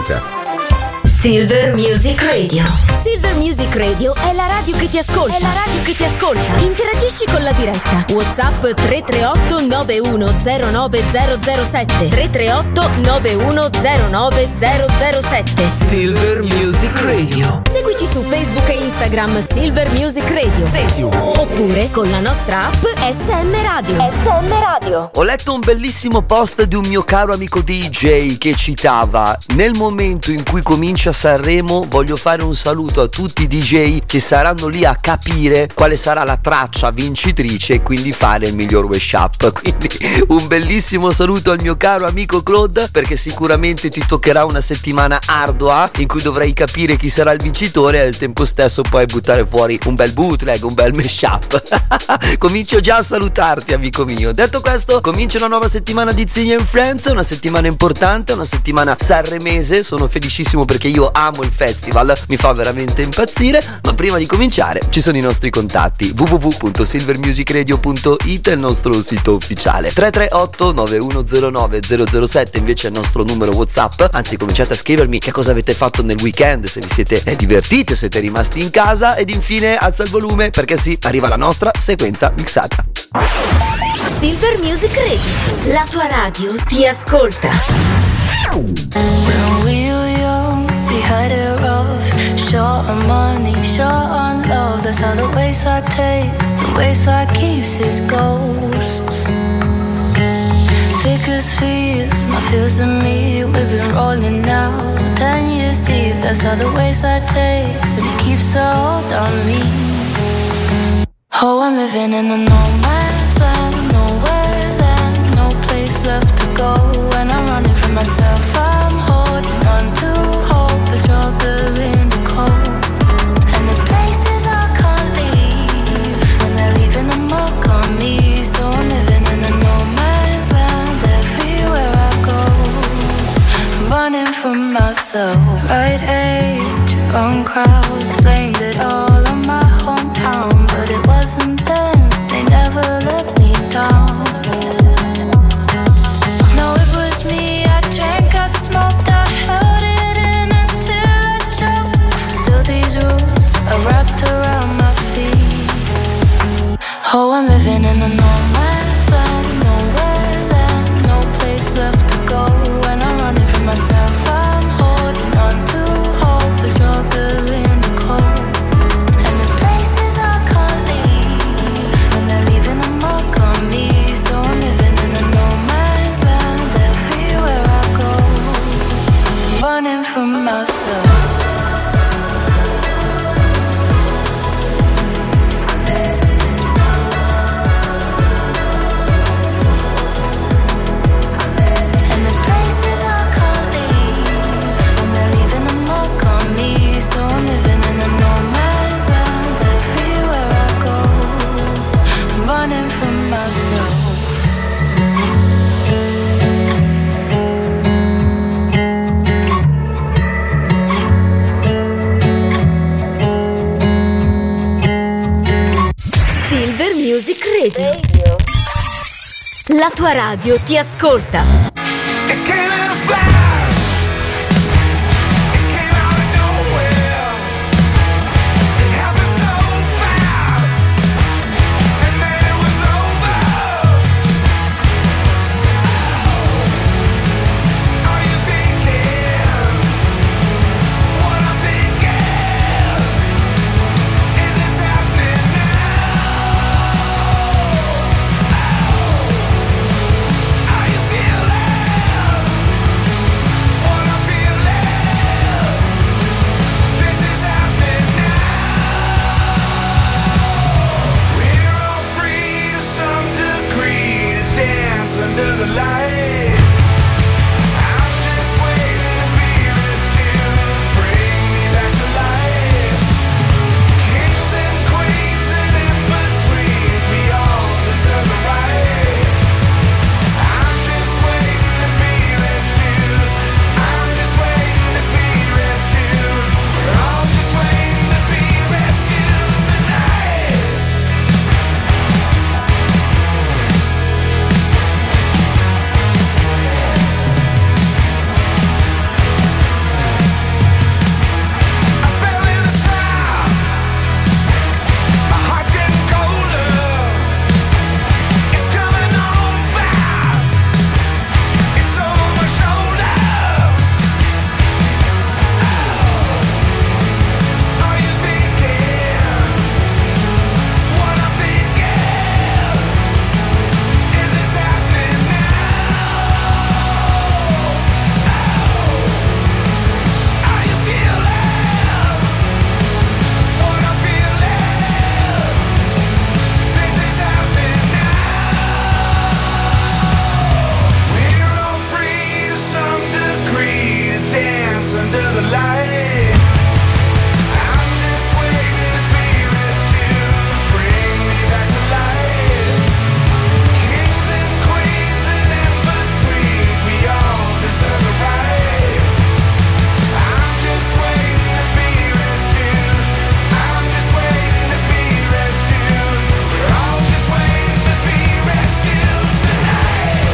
musica. Silver Music Radio. Silver Music Radio è la radio che ti ascolta. Interagisci con la diretta. WhatsApp 338 9109007. 338 9109007. Silver Music Radio. Seguici su Facebook e Instagram Silver Music Radio. Oppure con la nostra app SM Radio. Ho letto un bellissimo post di un mio caro amico DJ che citava: nel momento in cui comincia Sanremo voglio fare un saluto a tutti i DJ che saranno lì a capire quale sarà la traccia vincitrice e quindi fare il miglior mashup. Quindi un bellissimo saluto al mio caro amico Claude, perché sicuramente ti toccherà una settimana ardua in cui dovrai capire chi sarà il vincitore e al tempo stesso poi buttare fuori un bel bootleg, un bel mashup. Comincio già a salutarti, amico mio. Detto questo, comincia una nuova settimana di Ziggy and Friends, una settimana importante, una settimana sanremese. Sono felicissimo perché io amo il festival, mi fa veramente impazzire. Ma prima di cominciare ci sono i nostri contatti: www.silvermusicradio.it è il nostro sito ufficiale, 338 9109 007 invece è il nostro numero WhatsApp. Anzi, cominciate a scrivermi che cosa avete fatto nel weekend, se vi siete divertiti o siete rimasti in casa. Ed infine alza il volume perché sì, arriva la nostra sequenza mixata. Silver Music Radio. La tua radio ti ascolta. When we were young, we had it rough. Short on money, short on love. That's how the wayside takes. The wayside keeps its ghosts. Thick as fears, my fears and me. We've been rolling now 10 years deep. That's how the wayside takes. And it keeps a hold on me. Oh, I'm living in a no man's land. Nowhere land, no place left to go. When I'm running from myself, I'm holding on to hope. The struggle in the cold. And there's places I can't leave when they're leaving a mark on me. So I'm living in a no man's land. Everywhere I go, I'm running from myself. Right age, wrong crowd. Blamed it all on my hometown, but it wasn't then. They never let me down. No, it was me. I drank, I smoked, I held it in until I choked. Still these rules are wrapped around my feet. Oh, I'm living in a no man's land. Nowhere land, no place left to go. When I'm running from myself, I'm holding on to hope. The struggle in the cold. And there's places I can't leave when they're leaving a mark on me. So I'm living in a no man's land. Everywhere I go, I'm running from myself. And there's places I can't leave when they're leaving a mark on me. So I'm living in a no man's land. Everywhere I go, I'm running from myself. Silver Music Radio. La tua radio ti ascolta. It came in a flash. It came out of nowhere. It happened so fast, and then it was over. Are you thinking what I'm thinking? Is this happening now? Are you feeling? under the lights. I'm just waiting to be rescued, bring me back to life. Kings and queens and in-betweens, we all deserve a right. I'm just waiting to be rescued, I'm just waiting to be rescued. We're all just waiting to be rescued tonight.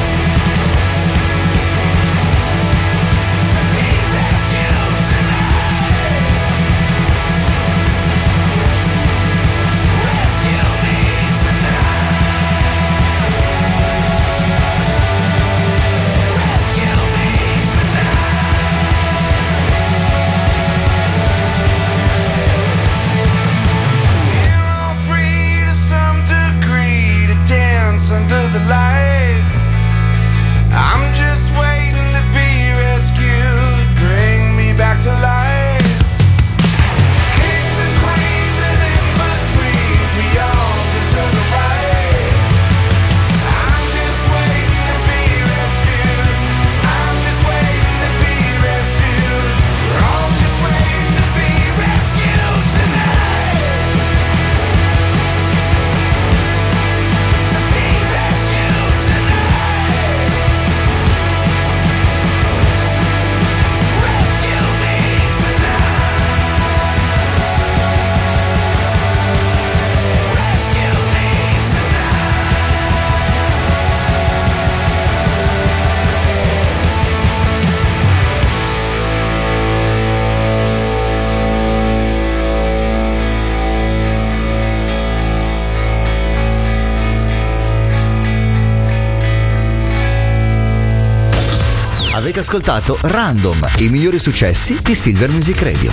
To be rescued tonight. Rescue me tonight. Rescue me tonight. We're all free to some degree to dance under the lights. I'm just waiting to be rescued, bring me back to life. Kings and queens and in-betweens, we all deserve a right. I'm just waiting to be rescued, I'm just waiting to be rescued. We're all just waiting to be rescued tonight. To be rescued tonight. Rescue me tonight. Rescue me Avete ascoltato Random, i migliori successi di Silver Music Radio.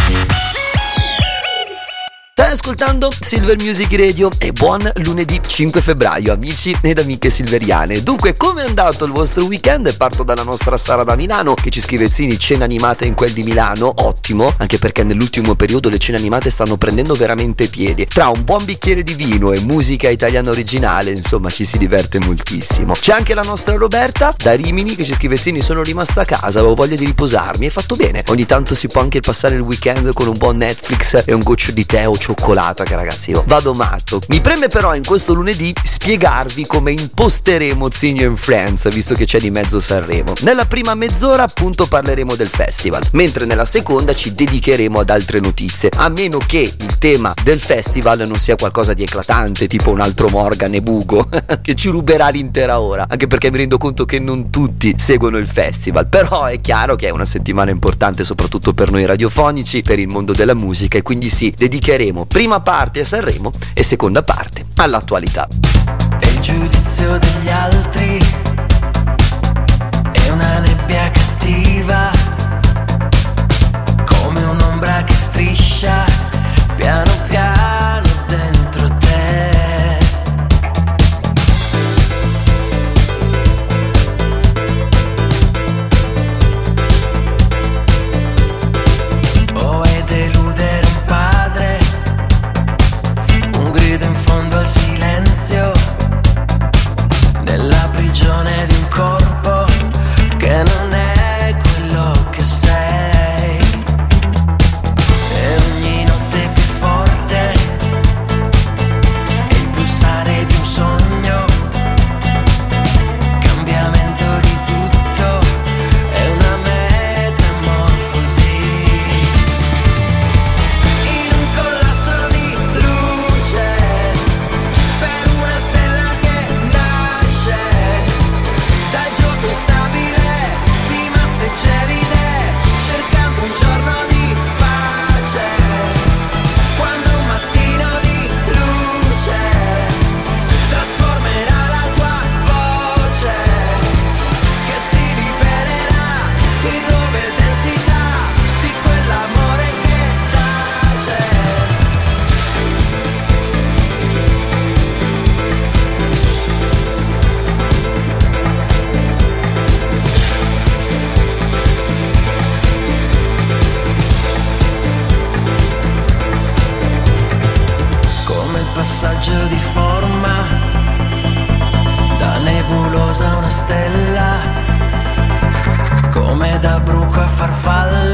Stai ascoltando Silver Music Radio e buon lunedì 5 febbraio amici ed amiche silveriane. Dunque, come è andato il vostro weekend? Parto dalla nostra Sara da Milano che ci scrive: Zini, cena animata in quel di Milano, ottimo, anche perché nell'ultimo periodo le cene animate stanno prendendo veramente piedi. Tra un buon bicchiere di vino e musica italiana originale, insomma ci si diverte moltissimo. C'è anche la nostra Roberta da Rimini che ci scrive: Zini, sono rimasta a casa, avevo voglia di riposarmi, hai fatto bene. Ogni tanto si può anche passare il weekend con un buon Netflix e un goccio di tè o cioccolata, che ragazzi io vado matto. Mi preme però in questo lunedì spiegarvi come imposteremo Zini and Friends, visto che c'è di mezzo Sanremo. Nella prima mezz'ora appunto parleremo del festival, mentre nella seconda ci dedicheremo ad altre notizie, a meno che il tema del festival non sia qualcosa di eclatante, tipo un altro Morgan e Bugo che ci ruberà l'intera ora, anche perché mi rendo conto che non tutti seguono il festival. Però è chiaro che è una settimana importante soprattutto per noi radiofonici, per il mondo della musica, e quindi sì, dedicheremo prima parte a Sanremo e seconda parte all'attualità. E il giudizio degli altri è una nebbia cattiva, come un'ombra che striscia piano piano dentro te. Oh, è deludere un padre, un grido in fondo al silenzio, nella prigione di un corpo che non è quello che sei. E ogni notte più forte è il pulsare di un sogno, cambiamento di tutto, è una metamorfosi. In un collasso di luce, per una stella che nasce dal gioco instabile di masse gelide, cercando un giorno di pace, quando un mattino di luce trasformerà la tua voce, che si libererà di dove densità di quell'amore che tace. Come il passaggio di forma da nebulosa a una stella, come da bruco a farfalla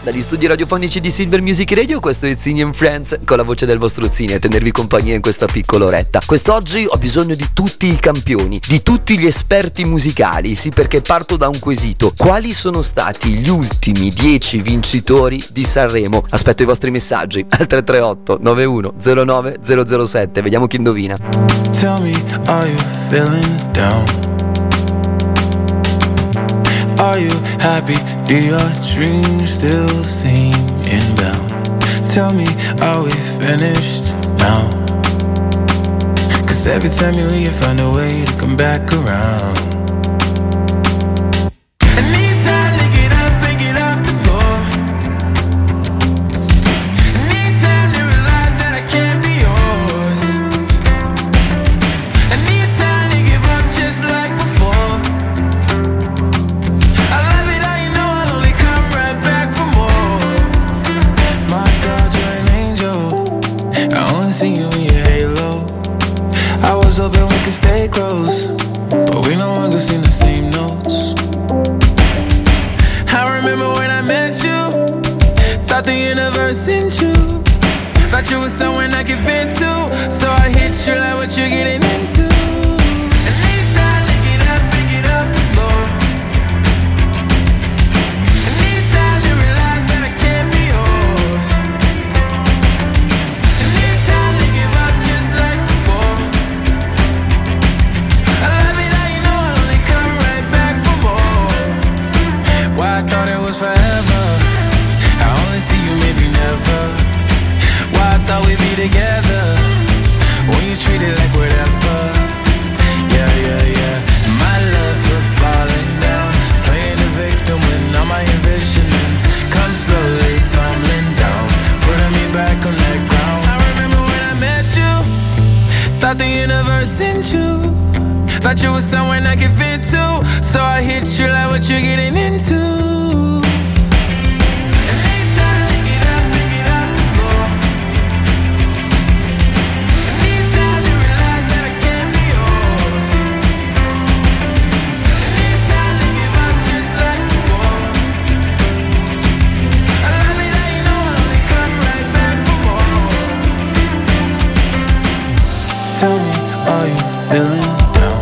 dagli studi radiofonici di Silver Music Radio. Questo è Zini and Friends con la voce del vostro Zini a tenervi compagnia in questa piccola oretta. Quest'oggi ho bisogno di tutti i campioni, di tutti gli esperti musicali, sì, perché parto da un quesito: quali sono stati gli ultimi 10 vincitori di Sanremo? Aspetto i vostri messaggi al 338 91 09 007. Vediamo chi indovina. Tell me, are you feeling down? Are you happy? Do your dreams still seem inbound? Tell me, are we finished now? 'Cause every time you leave, you find a way to come back around. I need time to get up and get off the floor. I need time to realize that I can't be yours. I need time to give up just like before. I love it how you know I'll only come right back for more. My God, you're an angel. I only see you in your halo. I was hoping we could stay close, but we no longer sing the same notes. I remember when I met you, thought the universe in you, thought you were someone I could fit to, so I hit you like what you're getting into. I need time to get up and get off the floor. I need time to realize that I can't be yours. I need time to give up just like before. I love it how you know I'll only come right back for more. Why I thought it was forever, I only see you maybe never. Why I thought we'd be together, when you treat it like whatever. Yeah, yeah, yeah. My love for falling down, playing the victim when all my envisionings come slowly tumbling down, putting me back on that ground. I remember when I met you, thought the universe in you, thought you were someone I could fit to, so I hit you like what you're getting into. I need time to get up and get off the floor. I need time to realize that I can't be yours. I need time to give up just like before. I love it how you know I'll only come right back for more. Tell me, are you feeling down?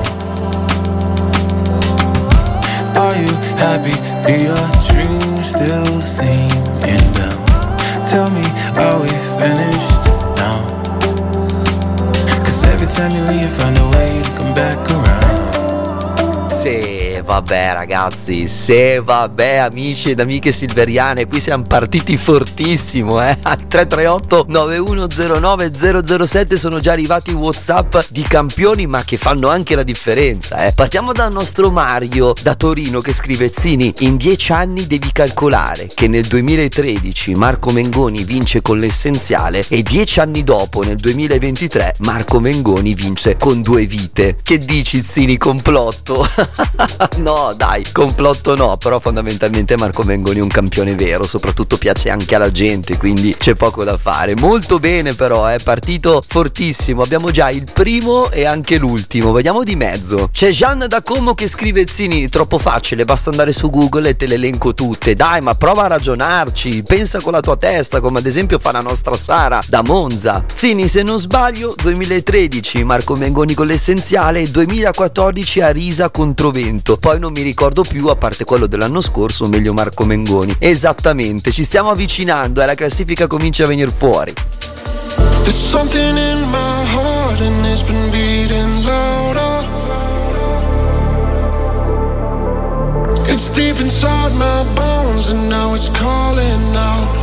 Are you happy? Do your dreams still seem inbound? Tell me, are we finished now? 'Cause every time you leave, you find a way to come back around. Se vabbè ragazzi, se vabbè amici ed amiche silveriane, qui siamo partiti fortissimo, al 338 9109 007 sono già arrivati WhatsApp di campioni ma che fanno anche la differenza. Partiamo dal nostro Mario da Torino che scrive: Zini, in 10 anni devi calcolare che nel 2013 Marco Mengoni vince con l'Essenziale e 10 anni dopo, nel 2023, Marco Mengoni vince con 2 vite. Che dici Zini, complotto? No dai, complotto no, però fondamentalmente Marco Mengoni è un campione vero, soprattutto piace anche alla gente, quindi c'è poco da fare. Molto bene però, è partito fortissimo, abbiamo già il primo e anche l'ultimo, vediamo di mezzo. C'è Gian da Como che scrive: Zini, troppo facile, basta andare su Google e te le elenco tutte. Dai, ma prova a ragionarci, pensa con la tua testa, come ad esempio fa la nostra Sara da Monza. Zini, se non sbaglio 2013 Marco Mengoni con l'Essenziale, 2014 Arisa contro Vento, poi non mi ricordo più, a parte quello dell'anno scorso, meglio Marco Mengoni. Esattamente, ci stiamo avvicinando e la classifica comincia a venire fuori. There's something in my heart and it's been beating louder. It's deep inside my bones and now it's calling out.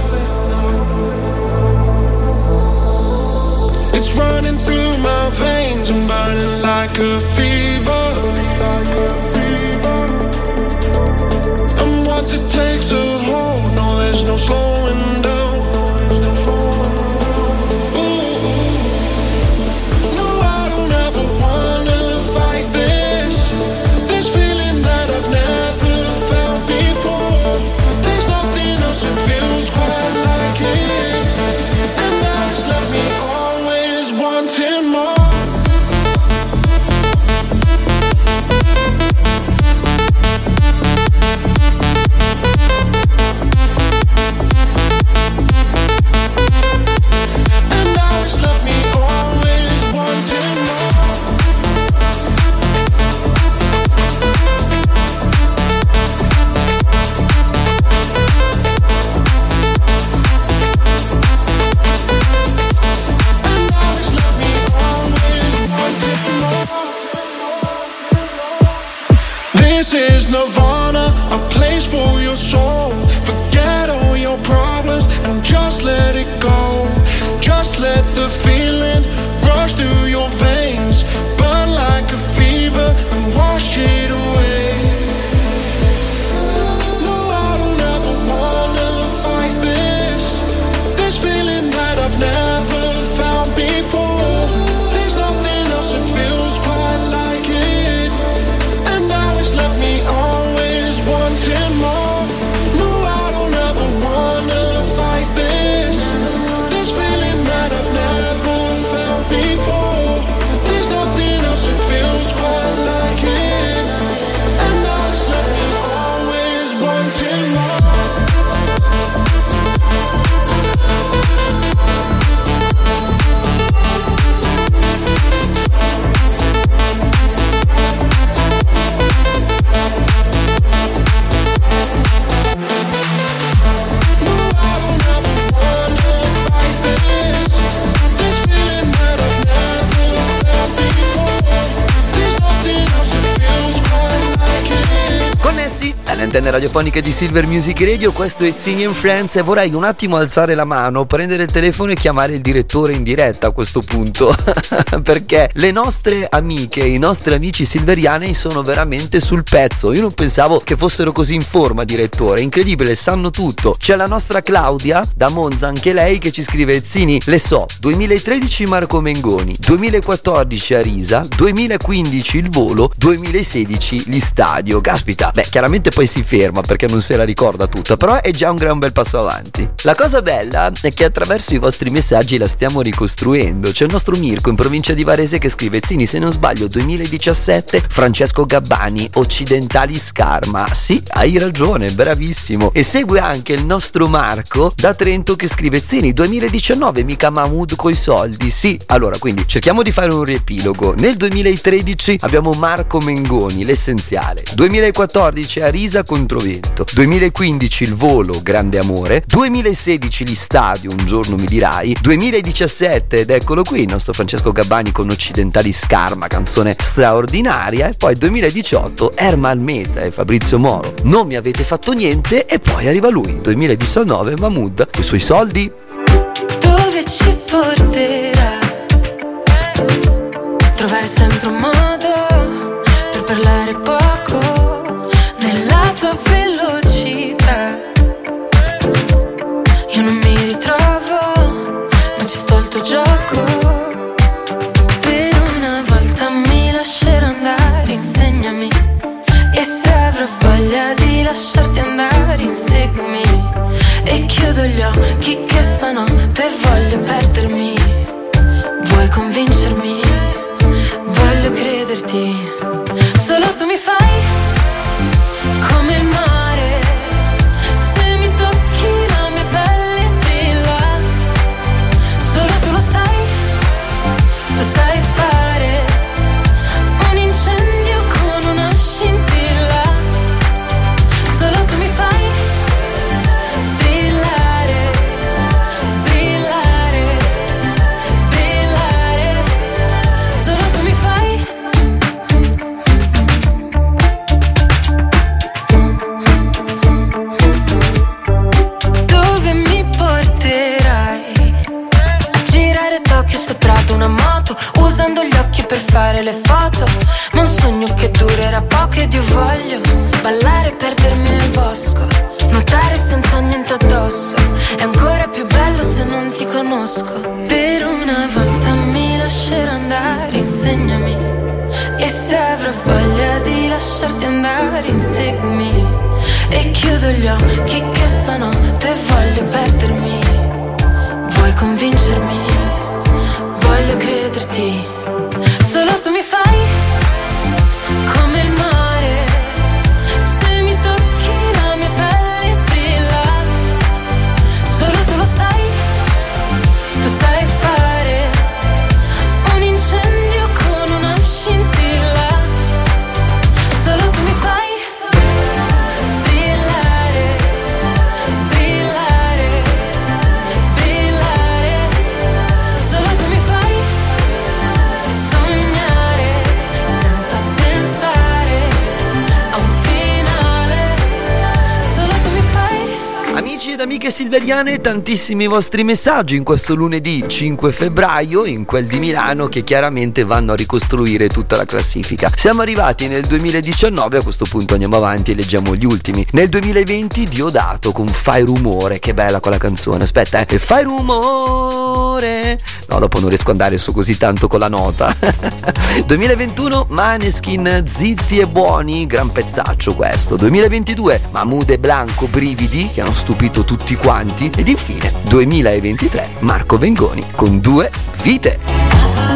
It's running through my veins and burning like a fever. And once it takes a hold, no, there's no slowing down. No, I don't ever wanna fight this. This feeling that I've never felt before. There's nothing else that feels quite like it. And that's left me always wanting more. and just let it go. Just let the feeling rush through your veins, burn like a fever and wash it away. No, I don't ever wanna fight this feeling that I've never found before. There's nothing else that feels quite like it, and now it's left me always wanting more. No, I don't ever wanna fight this feeling that I've never felt before. There's nothing else that feels quite like it, and now it's left me always wanting more. Connessi alle antenne radiofoniche di Silver Music Radio, questo è Singing Friends e vorrei un attimo alzare la mano, prendere il telefono e chiamare il direttore in diretta a questo punto perché le nostre amiche, i nostri amici silveriani sono veramente sul pezzo. Io non pensavo che fossero così in forma, direttore, incredibile, sanno tutto. C'è la nostra Claudia da Monza, anche lei, che ci scrive: Zini, le so, 2013 Marco Mengoni, 2014 Arisa, 2015 il volo, 2016 gli stadio. Caspita, beh, chiaramente poi si ferma perché non se la ricorda tutta, però è già un gran bel passo avanti. La cosa bella è che attraverso i vostri messaggi la stiamo ricostruendo. C'è il nostro Mirko in provincia di Varese che scrive: Zini, se non sbaglio 2017 Francesco Gabbani, Occidentali Scarma. Sì, hai ragione, bravissimo. E segue anche il nostro Marco da Trento che scrive: Zini, 2019 mica Mahmood coi soldi. Sì, allora quindi cerchiamo di fare un riepilogo. Nel 2013 abbiamo Marco Mengoni, l'essenziale. 2014 Arisa Controvento, 2015 il volo, grande amore, 2016 gli stadio, un giorno mi dirai, 2017 ed eccolo qui il nostro Francesco Gabbani con Occidentali Scarma, canzone straordinaria, e poi 2018 Ermal Meta e Fabrizio Moro, non mi avete fatto niente, e poi arriva lui, 2019 Mahmood con i suoi soldi. Dove ci porterà? Trovare sempre un modo per parlare poco nella tua velocità. Io non mi ritrovo, ma ci sto al tuo gioco. Per una volta mi lascerò andare, insegnami. E se avrò voglia di lasciarti andare, inseguimi. E chiudo gli occhi che stanotte voglio perdermi. Vuoi convincermi? Voglio crederti. Solo tu mi fai come il mare. Se mi tocchi la mia pelle brilla. Solo tu lo sai. Tu sai fare un incendio con una scintilla. Solo tu mi fai brillare, brillare, brillare. Solo tu mi fai. Dove mi porterai? A girare Tokyo sopra ad una moto, usando gli occhi per fare le foto. Ma un sogno che durerà poco ed io voglio ballare e perdermi nel bosco, nuotare senza niente addosso. È ancora più bello se non ti conosco. Per una volta mi lascerò andare, insegnami. E se avrò voglia di lasciarti andare, inseguimi. E chiudo gli occhi che stanotte voglio perdermi. Vuoi convincermi? Voglio crederti. Solo tu mi fai come il mare. Se mi tocchi la mia pelle brilla. Solo tu lo sai. Tu sai fare un incendio con una scintilla. Solo tu mi fai brillare, brillare, amiche silveriane, tantissimi vostri messaggi in questo lunedì 5 febbraio, in quel di Milano, che chiaramente vanno a ricostruire tutta la classifica. Siamo arrivati nel 2019, a questo punto andiamo avanti e leggiamo gli ultimi. Nel 2020 Diodato con Fai Rumore, che bella quella canzone, aspetta, e Fai Rumore. No, dopo non riesco ad andare su così tanto con la nota. 2021 Maneskin, Zitti e Buoni, gran pezzaccio questo. 2022 Mahmood e Blanco, Brividi, che hanno stupito tutti quanti. Ed infine 2023 Marco Vengoni con Due Vite.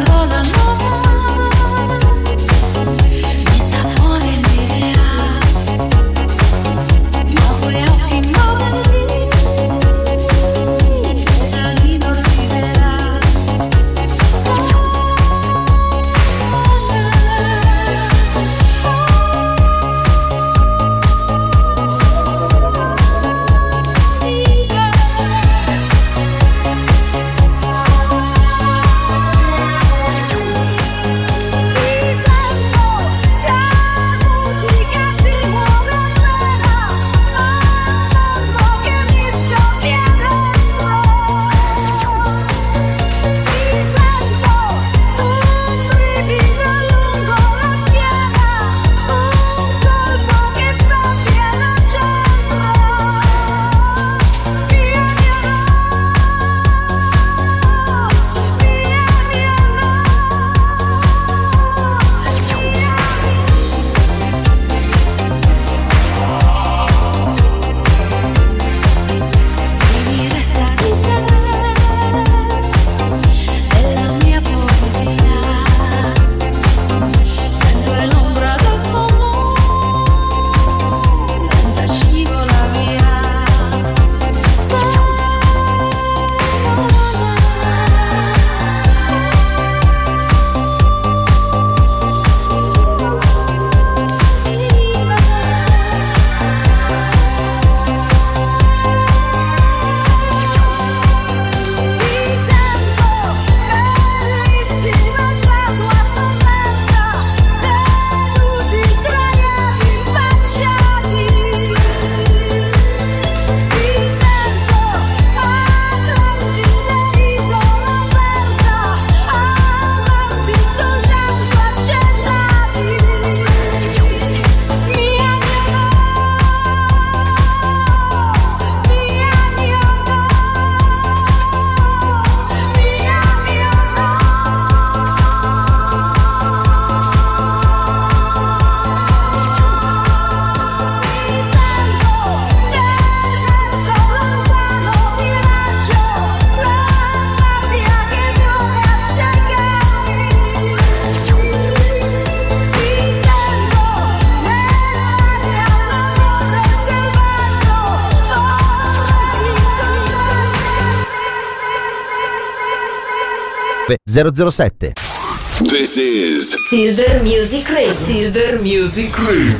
.007. This is Silver Music Radio. Silver Music Radio.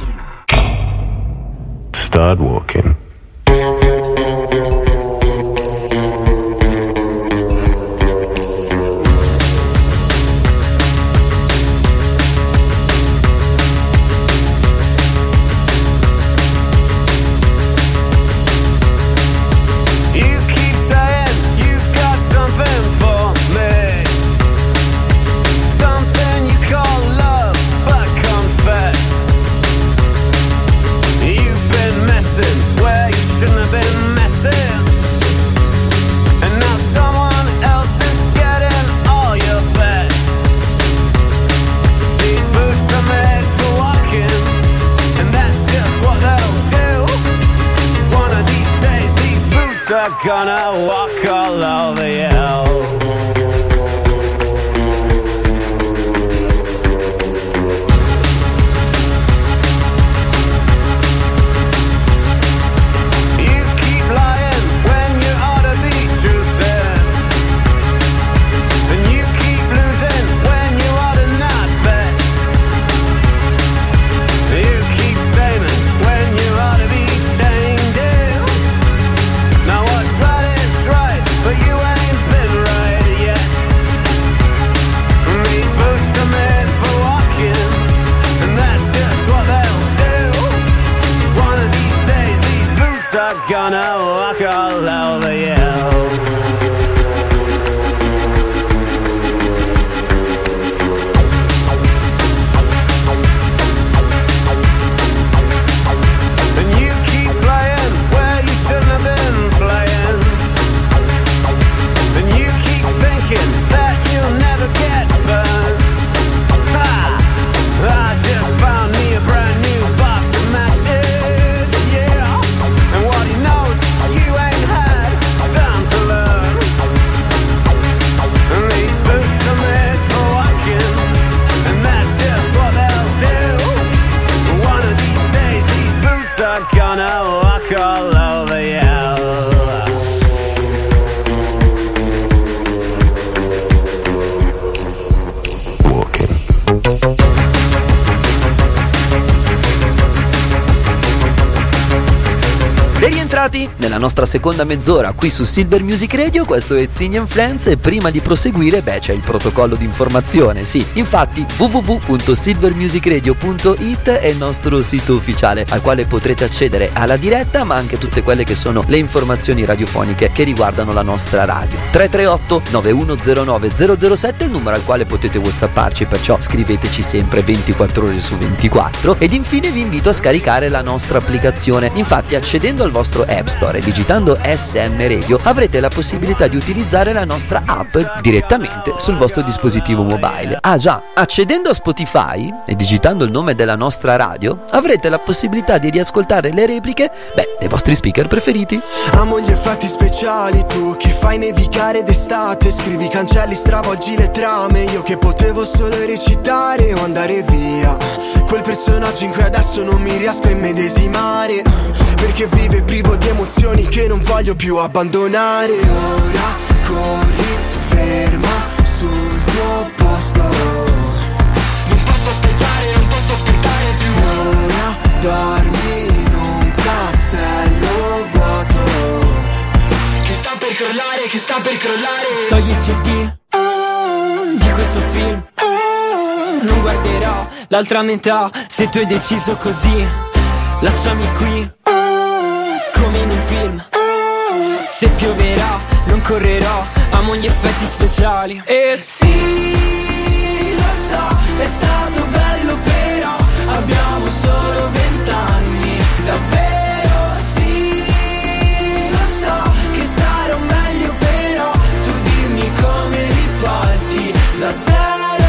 Start walking. Are gonna walk all over you. Are gonna walk walk all over you. Shouldn't have been playing, and you keep thinking that you'll never get burnt. I just found me a brand new box of matches, yeah. And what he knows, you ain't had time to learn. And these boots are made for walking, and that's just what they'll do. One of these days, these boots are gonna walk all over you. Ben rientrati nella nostra seconda mezz'ora qui su Silver Music Radio. Questo è Ziggy and Friends e prima di proseguire c'è il protocollo di informazione. Sì, infatti www.silvermusicradio.it è il nostro sito ufficiale al quale potrete accedere alla diretta, ma anche tutte quelle che sono le informazioni radiofoniche che riguardano la nostra radio. 338 9109 007 è il numero al quale potete whatsapparci, perciò scriveteci sempre 24 ore su 24. Ed infine vi invito a scaricare la nostra applicazione. Infatti, accedendo al vostro App Store e digitando SM Radio avrete la possibilità di utilizzare la nostra app direttamente sul vostro dispositivo mobile. Ah già, accedendo a Spotify e digitando il nome della nostra radio avrete la possibilità di riascoltare le repliche dei vostri speaker preferiti. Amo gli effetti speciali, tu che fai nevicare d'estate, scrivi cancelli, stravolgi le trame, io che potevo solo recitare o andare via. Quel personaggio in cui adesso non mi riesco a immedesimare, perché vive privo di emozioni che non voglio più abbandonare. Ora corri, ferma sul tuo posto. Non posso aspettare più. Ora dormi in un castello vuoto che sta per crollare. Togli il CD di questo film, non guarderò l'altra metà se tu hai deciso così. Lasciami qui come in un film. Se pioverà non correrò, amo gli effetti speciali. E sì, lo so, è stato bello però abbiamo solo 20 anni. Davvero sì, lo so che starò meglio però tu dimmi come riparti da zero.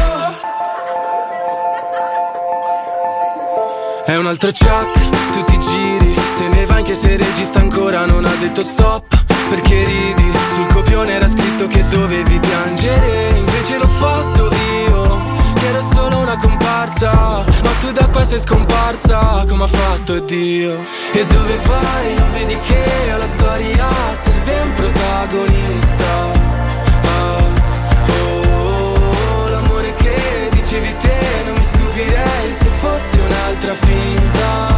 È un altro Chuck, tu ti giri, te ne vai anche se il regista ancora non ha detto stop. Perché ridi, sul copione era scritto che dovevi piangere, invece l'ho fatto io, che ero solo una comparsa. Ma tu da qua sei scomparsa, come ha fatto Dio. E dove vai, non vedi che alla storia serve un protagonista. L'amore che dicevi te, non mi stupirei se fosse un'altra finta.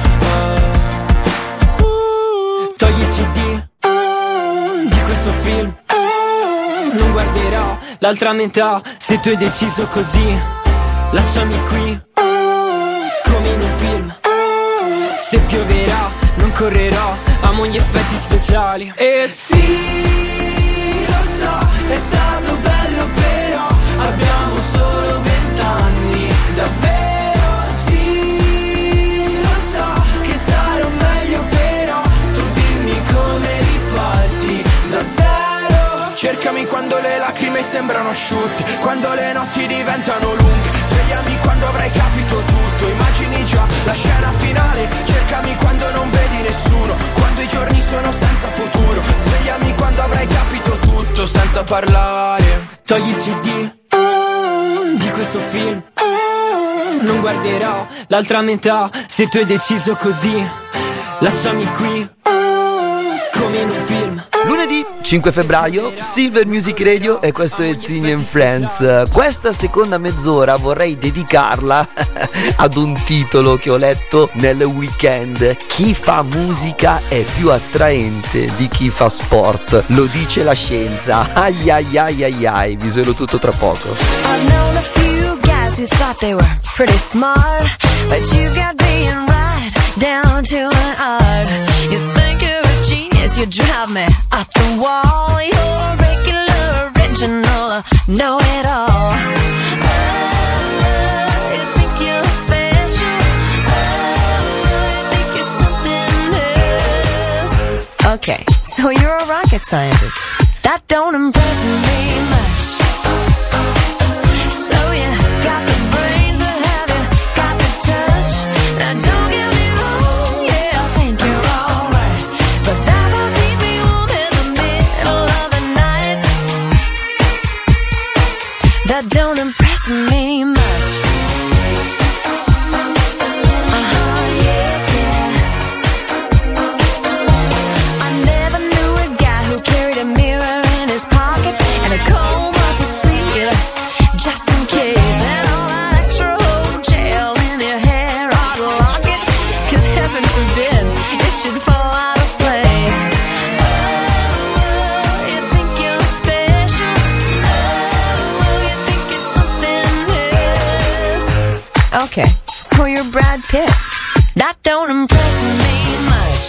Togli il CD di questo film, non guarderò l'altra metà se tu hai deciso così. Lasciami qui come in un film. Se pioverà non correrò, amo gli effetti speciali. E sì, lo so, è stato bello però abbiamo solo 20 anni. Davvero sì, lo so che starò meglio però tu dimmi come riparti da zero. Cercami quando le lacrime sembrano asciutte, quando le notti diventano lunghe. Svegliami quando avrai capito tutto, immagini già la scena finale. Cercami quando non vedi nessuno, quando i giorni sono senza futuro. Svegliami quando avrai capito tutto, senza parlare. Togli il CD di questo film, non guarderò l'altra metà se tu hai deciso così. Lasciami qui come in un film. Lunedì 5 febbraio, Silver Music Radio, e questo è Ziggy and Friends. Questa seconda mezz'ora vorrei dedicarla ad un titolo che ho letto nel weekend: chi fa musica è più attraente di chi fa sport, lo dice la scienza. Ai ai ai ai ai, vi svelo tutto tra poco. I've known a few guys who thought they were pretty smart, but you've got being right down to an art. You think you're a genius, you drive me up the wall. You're a regular, original, know it all. You think you're special. You think you're something else. Okay, so you're a rocket scientist. That don't impress me much. So you got the brains, but have you got the touch? Now don't get me wrong, yeah, I think you're alright, but that won't keep me warm in the middle of the night. That don't impress me much. I never knew a guy who carried a mirror in his pocket and a comb up his sleeve, just in case. And all that extra old gel in your hair ought to lock it, 'cause heaven forbid it should fall out of place. Oh, you think you're special. Oh, you think it's something else. Okay, so you're Brad Pitt. That don't impress me much.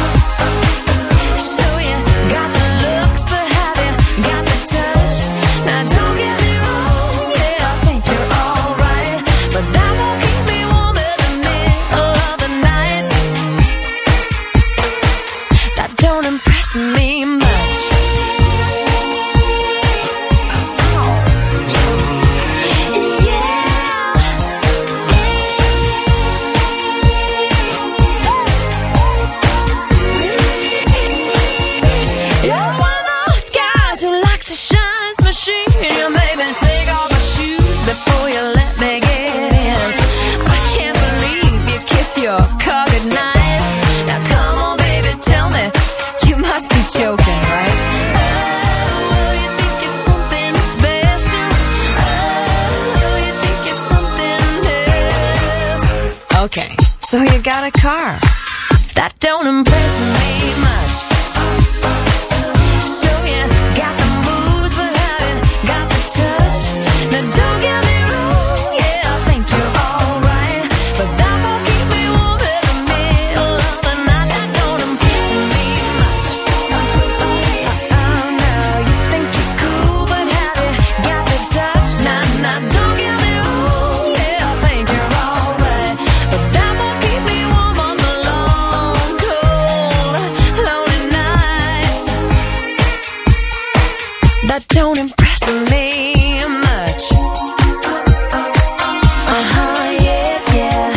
So you got the looks, but have you got the touch? Now don't get me wrong, yeah, I think you're alright, but that won't keep me warm in the middle of the night. That don't impress me much. You're one of those guys who likes a shine machine. You made me take off my shoes before you let me get in. I can't believe you kiss your car goodnight. Now come on, baby, tell me, you must be joking, right? Oh, you think you're something special. Oh, you think you're something else. Okay, so you got a car. That don't impress me much. So you got the moves, but have you got the touch? Now don't get me wrong, yeah, I think you're alright, but that won't keep me warm in the middle of the night. That don't impress me much. Oh no, you think you're cool, but have you got the touch? Nah, don't get me wrong, yeah, I think you're alright, but that won't keep me warm on the long, cold, lonely nights. That don't impress me much. Yeah, yeah.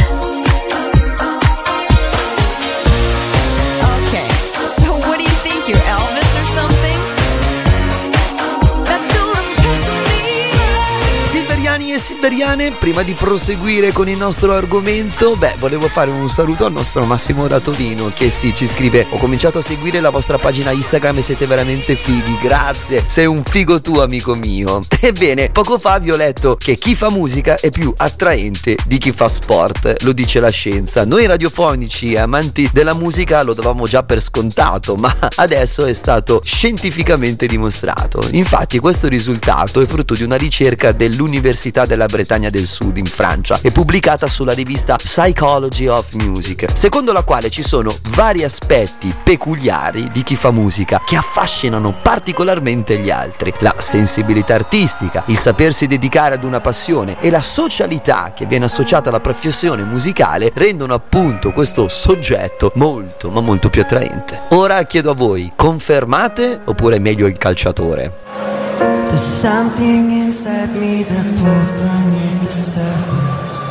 Okay, so what do you think, you're Elvis or something? That don't impress me. Silveriani e silveriane, prima di proseguire con il nostro argomento, volevo fare un saluto al nostro Massimo da Torino, che sì, ci scrive: ho cominciato a seguire la vostra pagina Instagram e siete veramente fighi, grazie, sei un figo tu, amico mio. Ebbene, poco fa vi ho letto che chi fa musica è più attraente di chi fa sport, lo dice la scienza. Noi radiofonici e amanti della musica lo davamo già per scontato, ma adesso è stato scientificamente dimostrato. Infatti questo risultato è frutto di una ricerca dell'Università della Bretagna del Sud in Francia e pubblicata sulla rivista Psychology of Music, secondo la quale ci sono vari aspetti peculiari di chi fa musica che affascinano particolarmente gli altri: la sensibilità artistica, il sapersi dedicare ad una passione e la socialità che viene associata alla professione musicale rendono appunto questo soggetto molto ma molto più attraente. Ora chiedo a voi, confermate oppure è meglio il calciatore? There's something inside me that pulls beneath the surface,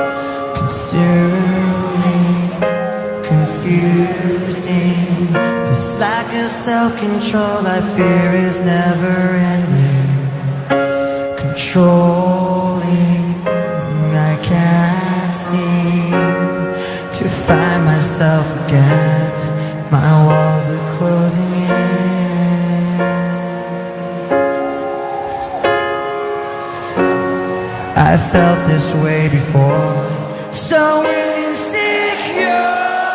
consuming, confusing. This lack of self-control I fear is never ending, controlling. I can't seem to find myself again. My walls are closing in. I felt this way before, so insecure,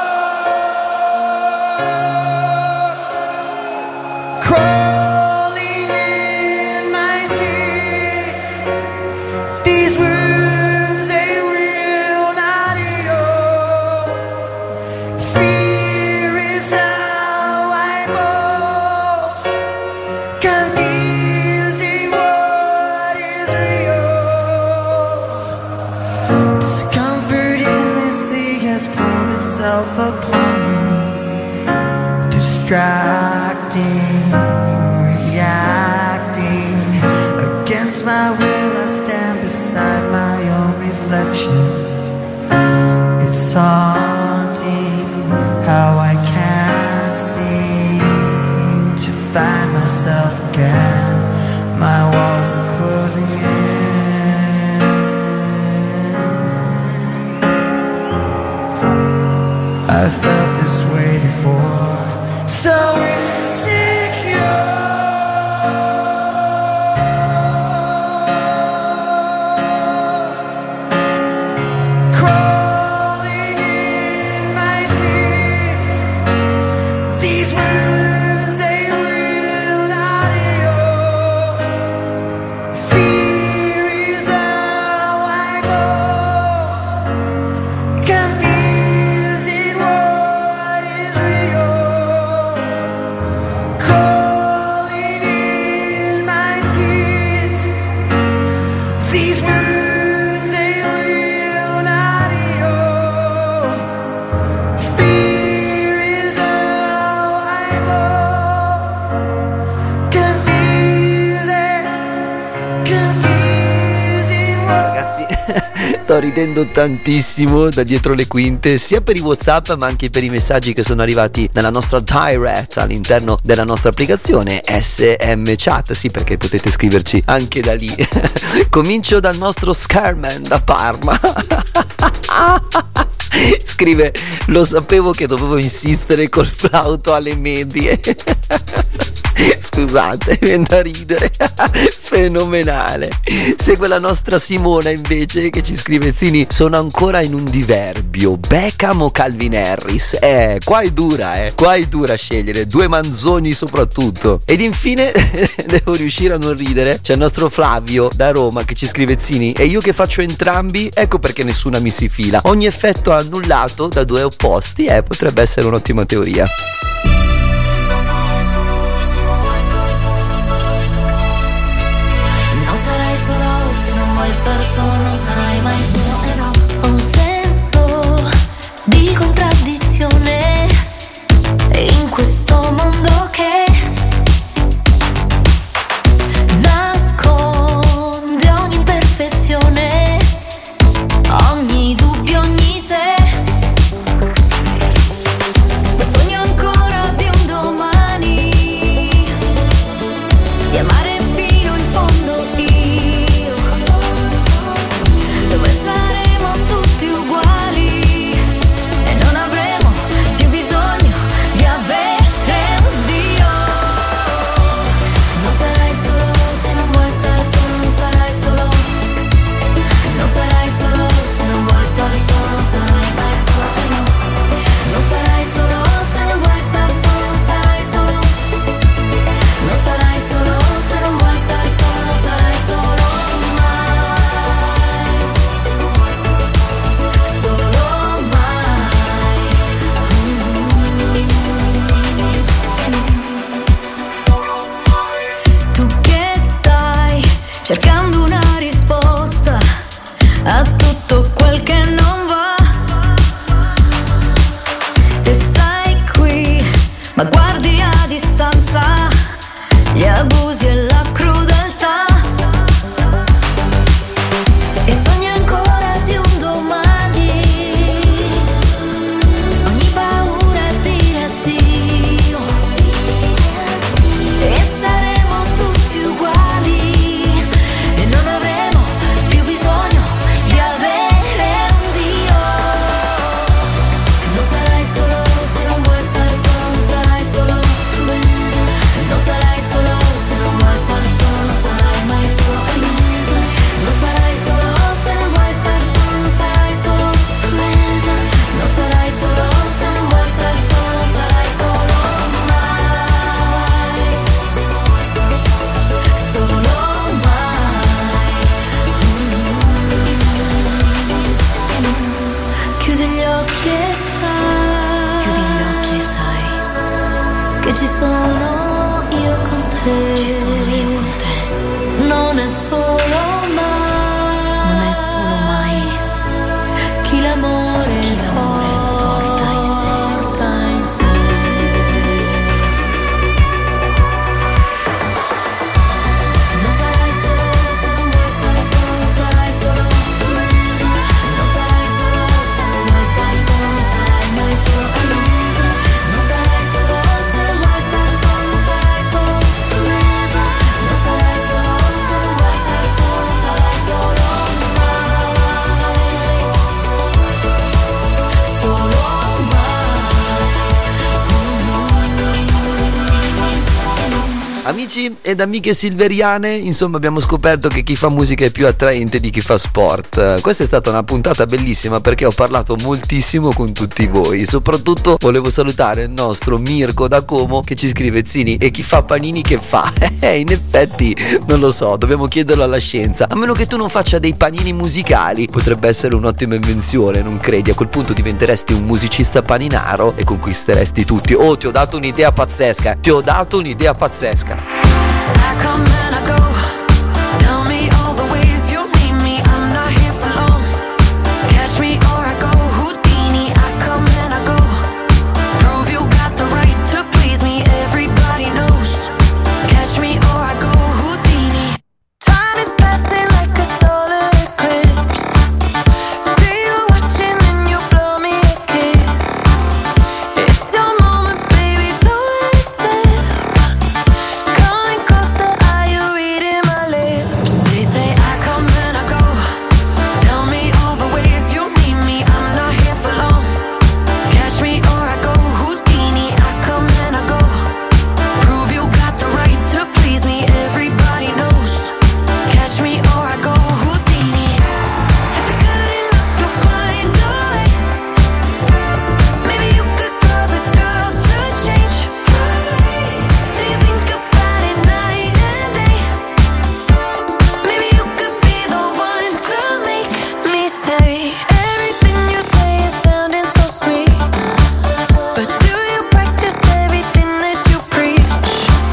crawling in my skin. These wounds, they will not heal. Fear is how I confusing what is real. Discomfort in this thing has pulled itself upon me, distracting, reacting. Against my will I stand beside my own reflection. It's haunting how I can't seem to find myself again. My walls are closing in. I felt this way before, so insecure. Sto ridendo tantissimo da dietro le quinte, sia per i WhatsApp ma anche per i messaggi che sono arrivati nella nostra direct all'interno della nostra applicazione SM Chat. Sì, perché potete scriverci anche da lì. Comincio dal nostro Scarman da Parma. Scrive: lo sapevo che dovevo insistere col flauto alle medie. Scusate, viene da ridere. Fenomenale. Segue la nostra Simona invece che ci scrive: Zini, sono ancora in un diverbio, Beckham o Calvin Harris? Qua è dura scegliere, due manzoni soprattutto. Ed infine devo riuscire a non ridere, c'è il nostro Flavio da Roma che ci scrive: Zini, e io che faccio entrambi, ecco perché nessuna mi si fila, ogni effetto annullato da due opposti, potrebbe essere un'ottima teoria. Star solo, non sarai mai solo, no. Ho un senso di contraddizione in questo mondo che nasconde ogni imperfezione, ogni dubbio, ogni se. Ma sogno ancora di un domani, di amare fino in fondo io, dove saremo tutti uguali e non avremo più bisogno di avere un Dio. Non sarai solo se non vuoi stare solo, non sarai solo. Non sarai solo se non vuoi stare solo, non sarai mai solo, no. Non sarai solo se non vuoi stare solo, non sarai solo. Non sarai solo se non vuoi stare solo, non sarai solo mai. Solo mai. Tu che stai cercando una risposta a tutto quel che non va, e sei qui ma guardi a distanza gli abusi e la crudeltà, e sogni ancora di un domani, ogni paura è dire addio, e saremo tutti uguali Amici ed amiche silveriane, insomma abbiamo scoperto che chi fa musica è più attraente di chi fa sport. Questa è stata una puntata bellissima perché ho parlato moltissimo con tutti voi. Soprattutto volevo salutare il nostro Mirko da Como che ci scrive: Zini, e chi fa panini che fa? In effetti non lo so, dobbiamo chiederlo alla scienza. A meno che tu non faccia dei panini musicali, potrebbe essere un'ottima invenzione, non credi? A quel punto diventeresti un musicista paninaro e conquisteresti tutti. Oh, ti ho dato un'idea pazzesca. I come and I go. Tell me all the ways you need me. I'm not here for long. Catch me or I go Houdini. I come and I go. Prove you got the right to please me. Everybody knows. Catch me or I go Houdini. Time is passing like a solar eclipse. See you watching and you blow me a kiss. It's your moment, baby, don't let it slip. Coming closer, are you reading my lips? They say I come and I go. Tell me all the ways you need me. I'm not here for long. Catch me or I go Houdini. I come and I go. Prove you got the right to please me. Everybody knows. Catch me or I go Houdini. If you're good enough, you'll find a way. Maybe you could cause a girl to change. Do you think about it night and day? Maybe you could be the one to make me stay. Everything you say is sounding so sweet, but do you practice everything that you preach?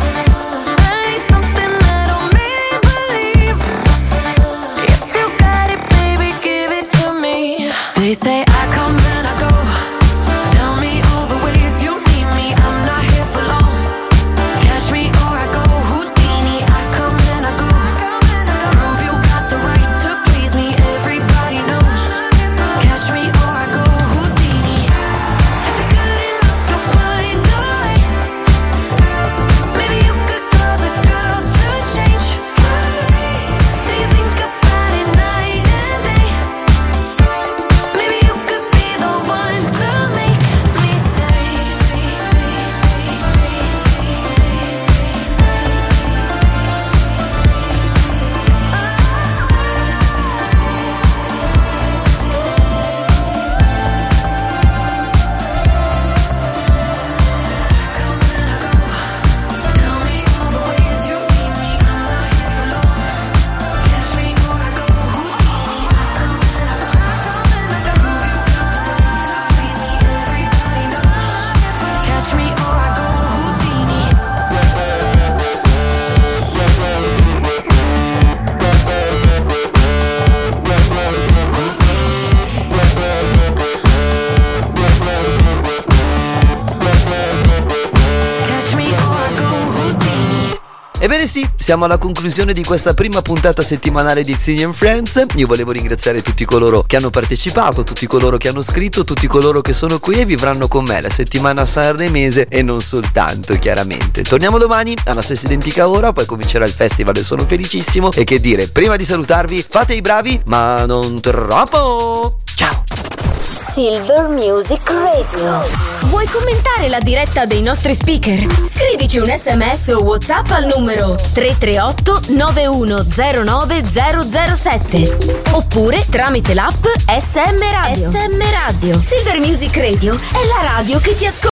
I need something that'll make me believe. If you got it, baby, give it to me. They say I come and I go. Tell me all the ways you need me. I'm not here for long. Catch me or I go Houdini. I come and I go. Prove you got the right to please me. Everybody knows. Catch me or I go Houdini. If you're good enough, you'll find a way. Maybe you could cause a girl to change. Do you think about it night and day? Maybe you could be the one to make me stay. Tell me all the ways you need me. I'm not here for long. Catch me or I go Houdini. I come and I go. Prove you got the right to please me. Everybody knows. Catch me or I go Houdini. Catch me or I go Houdini. Ebbene sì, siamo alla conclusione di questa prima puntata settimanale di Zini and Friends. Io volevo ringraziare tutti coloro che hanno partecipato, tutti coloro che hanno scritto, tutti coloro che sono qui e vivranno con me la settimana sanremese e non soltanto, chiaramente. Torniamo domani alla stessa identica ora, poi comincerà il festival e sono felicissimo. E che dire, prima di salutarvi, fate i bravi, ma non troppo. Ciao! Silver Music Radio. Vuoi commentare la diretta dei nostri speaker? Scrivici un SMS o WhatsApp al numero 338 9109007 oppure tramite l'app SM Radio. SM Radio. Silver Music Radio è la radio che ti ascolta.